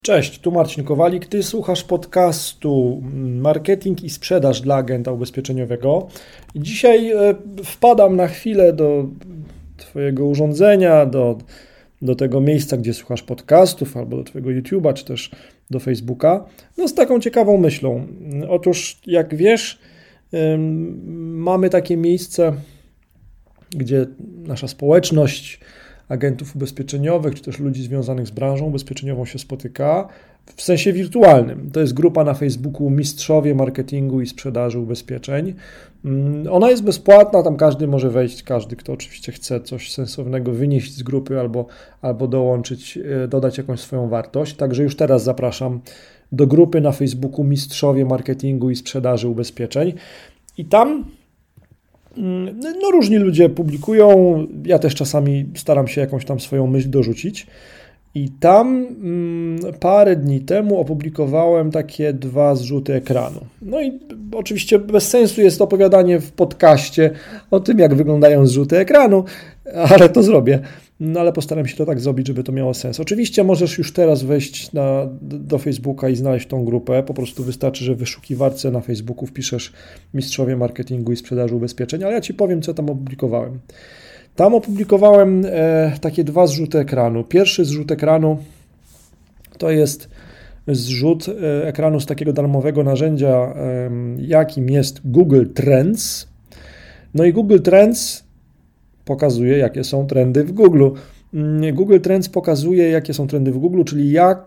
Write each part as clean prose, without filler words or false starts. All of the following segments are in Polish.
Cześć, tu Marcin Kowalik. Ty słuchasz podcastu Marketing i sprzedaż dla agenta ubezpieczeniowego. I dzisiaj wpadam na chwilę do Twojego urządzenia, do tego miejsca, gdzie słuchasz podcastów, albo do Twojego YouTube'a, czy też do Facebooka, z taką ciekawą myślą. Otóż, jak wiesz, mamy takie miejsce, gdzie nasza społeczność agentów ubezpieczeniowych, czy też ludzi związanych z branżą ubezpieczeniową się spotyka w sensie wirtualnym. To jest grupa na Facebooku Mistrzowie Marketingu i Sprzedaży Ubezpieczeń. Ona jest bezpłatna, tam każdy może wejść, każdy, kto oczywiście chce coś sensownego wynieść z grupy albo dołączyć, dodać jakąś swoją wartość. Także już teraz zapraszam do grupy na Facebooku Mistrzowie Marketingu i Sprzedaży Ubezpieczeń. I tam różni ludzie publikują, ja też czasami staram się jakąś tam swoją myśl dorzucić i tam parę dni temu opublikowałem takie 2 zrzuty ekranu. No i oczywiście bez sensu jest opowiadanie w podcaście o tym, jak wyglądają zrzuty ekranu, ale to zrobię. Ale postaram się to tak zrobić, żeby to miało sens. Oczywiście możesz już teraz wejść do Facebooka i znaleźć tą grupę. Po prostu wystarczy, że w wyszukiwarce na Facebooku wpiszesz Mistrzowie Marketingu i Sprzedaży Ubezpieczeń, ale ja Ci powiem, co tam opublikowałem. Tam opublikowałem takie 2 zrzuty ekranu. Pierwszy zrzut ekranu to jest zrzut ekranu z takiego darmowego narzędzia, jakim jest Google Trends. No i Google Trends pokazuje, jakie są trendy w Google. Google Trends pokazuje, jakie są trendy w Google, czyli jak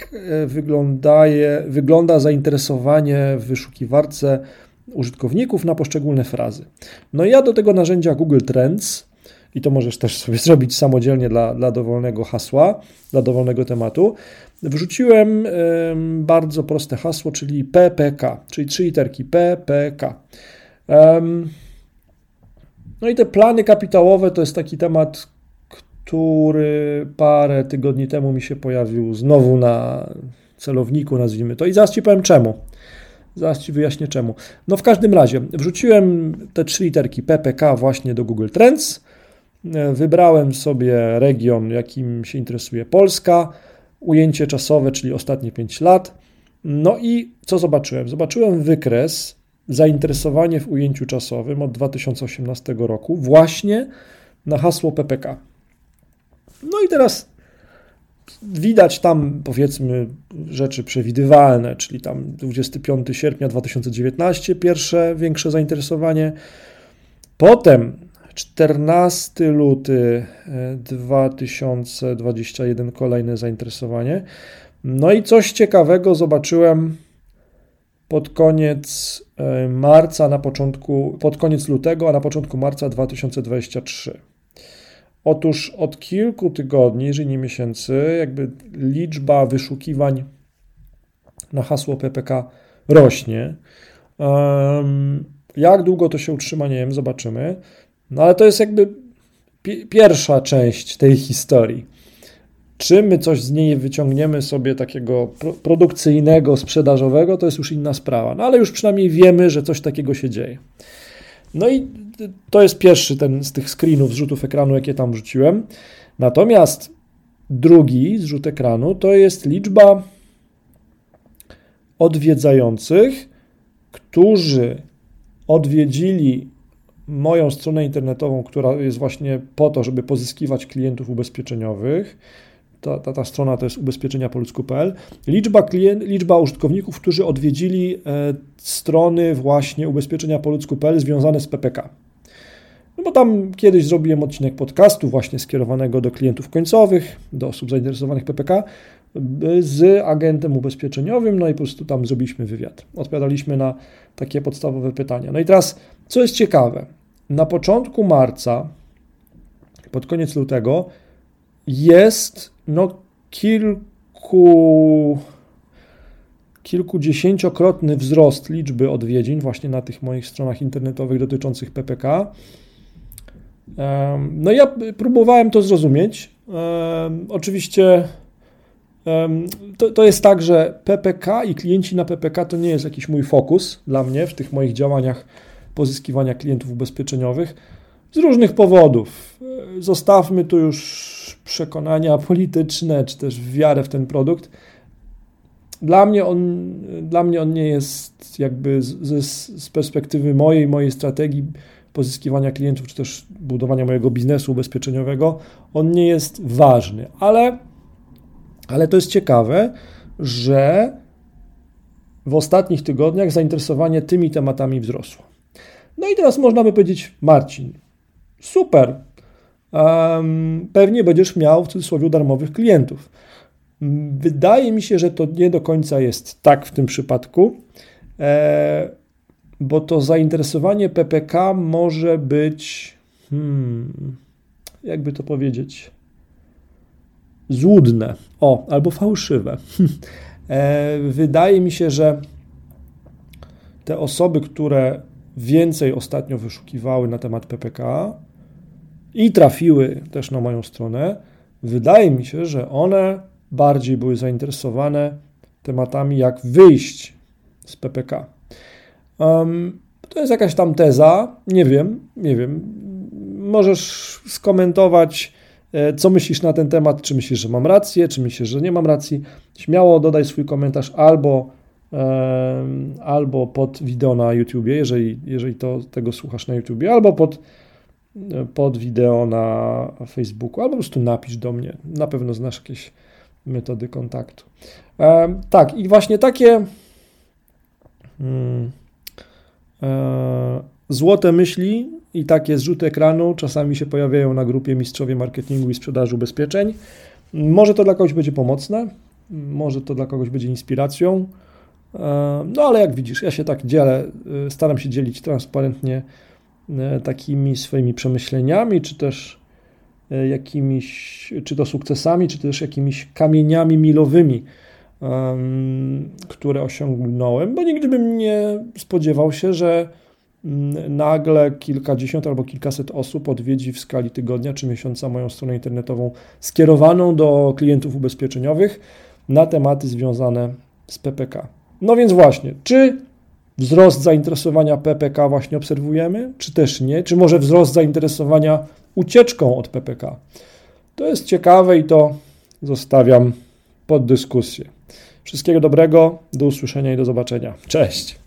wygląda zainteresowanie w wyszukiwarce użytkowników na poszczególne frazy. No i ja do tego narzędzia Google Trends, i to możesz też sobie zrobić samodzielnie dla dowolnego hasła, dla dowolnego tematu, wrzuciłem bardzo proste hasło, czyli PPK, czyli 3 literki PPK. No i te plany kapitałowe to jest taki temat, który parę tygodni temu mi się pojawił znowu na celowniku, nazwijmy to. I zaraz Ci powiem czemu. Zaraz Ci wyjaśnię czemu. No w każdym razie wrzuciłem te 3 literki PPK właśnie do Google Trends. Wybrałem sobie region, jakim się interesuje Polska, ujęcie czasowe, czyli ostatnie 5 lat. No i co zobaczyłem? Zobaczyłem wykres zainteresowanie w ujęciu czasowym od 2018 roku właśnie na hasło PPK. No i teraz widać tam, powiedzmy, rzeczy przewidywalne, czyli tam 25 sierpnia 2019 pierwsze większe zainteresowanie, potem 14 luty 2021 kolejne zainteresowanie. No i coś ciekawego zobaczyłem pod koniec marca, pod koniec lutego, a na początku marca 2023. Otóż od kilku tygodni, jeżeli nie miesięcy, jakby liczba wyszukiwań na hasło PPK rośnie. Jak długo to się utrzyma, nie wiem, zobaczymy. No ale to jest jakby pierwsza część tej historii. Czy my coś z niej wyciągniemy sobie takiego produkcyjnego, sprzedażowego, to jest już inna sprawa. No ale już przynajmniej wiemy, że coś takiego się dzieje. No i to jest pierwszy z tych screenów, zrzutów ekranu, jakie tam wrzuciłem. Natomiast drugi zrzut ekranu to jest liczba odwiedzających, którzy odwiedzili moją stronę internetową, która jest właśnie po to, żeby pozyskiwać klientów ubezpieczeniowych. Ta strona to jest ubezpieczeniapoludzku.pl. Liczba użytkowników, którzy odwiedzili strony właśnie ubezpieczeniapoludzku.pl związane z PPK. No bo tam kiedyś zrobiłem odcinek podcastu właśnie skierowanego do klientów końcowych, do osób zainteresowanych PPK z agentem ubezpieczeniowym, no i po prostu tam zrobiliśmy wywiad. Odpowiadaliśmy na takie podstawowe pytania. No i teraz, co jest ciekawe, na początku marca, pod koniec lutego jest kilkudziesięciokrotny wzrost liczby odwiedzin właśnie na tych moich stronach internetowych dotyczących PPK. No ja próbowałem to zrozumieć. Oczywiście to jest tak, że PPK i klienci na PPK to nie jest jakiś mój fokus dla mnie w tych moich działaniach pozyskiwania klientów ubezpieczeniowych z różnych powodów. Zostawmy tu już przekonania polityczne, czy też wiarę w ten produkt. Dla mnie on nie jest jakby z perspektywy mojej strategii pozyskiwania klientów, czy też budowania mojego biznesu ubezpieczeniowego, on nie jest ważny, ale to jest ciekawe, że w ostatnich tygodniach zainteresowanie tymi tematami wzrosło. No i teraz można by powiedzieć, Marcin, super, pewnie będziesz miał w cudzysłowie darmowych klientów. Wydaje mi się, że to nie do końca jest tak w tym przypadku, bo to zainteresowanie PPK może być, jakby to powiedzieć, złudne, albo fałszywe. Wydaje mi się, że te osoby, które więcej ostatnio wyszukiwały na temat PPK i trafiły też na moją stronę, wydaje mi się, że one bardziej były zainteresowane tematami, jak wyjść z PPK. To jest jakaś tam teza, nie wiem. Możesz skomentować, co myślisz na ten temat, czy myślisz, że mam rację, czy myślisz, że nie mam racji. Śmiało dodaj swój komentarz albo pod wideo na YouTubie, jeżeli tego słuchasz na YouTubie, albo pod wideo na Facebooku, albo po prostu napisz do mnie. Na pewno znasz jakieś metody kontaktu. Tak, i właśnie takie złote myśli i takie zrzuty ekranu czasami się pojawiają na grupie Mistrzowie Marketingu i Sprzedaży Ubezpieczeń. Może to dla kogoś będzie pomocne, może to dla kogoś będzie inspiracją, no ale jak widzisz, ja się tak dzielę, staram się dzielić transparentnie takimi swoimi przemyśleniami, czy też jakimiś, czy to sukcesami, czy też jakimiś kamieniami milowymi, które osiągnąłem, bo nigdy bym nie spodziewał się, że nagle kilkadziesiąt albo kilkaset osób odwiedzi w skali tygodnia czy miesiąca moją stronę internetową skierowaną do klientów ubezpieczeniowych na tematy związane z PPK. No więc właśnie, czy wzrost zainteresowania PPK właśnie obserwujemy, czy też nie? Czy może wzrost zainteresowania ucieczką od PPK? To jest ciekawe i to zostawiam pod dyskusję. Wszystkiego dobrego, do usłyszenia i do zobaczenia. Cześć!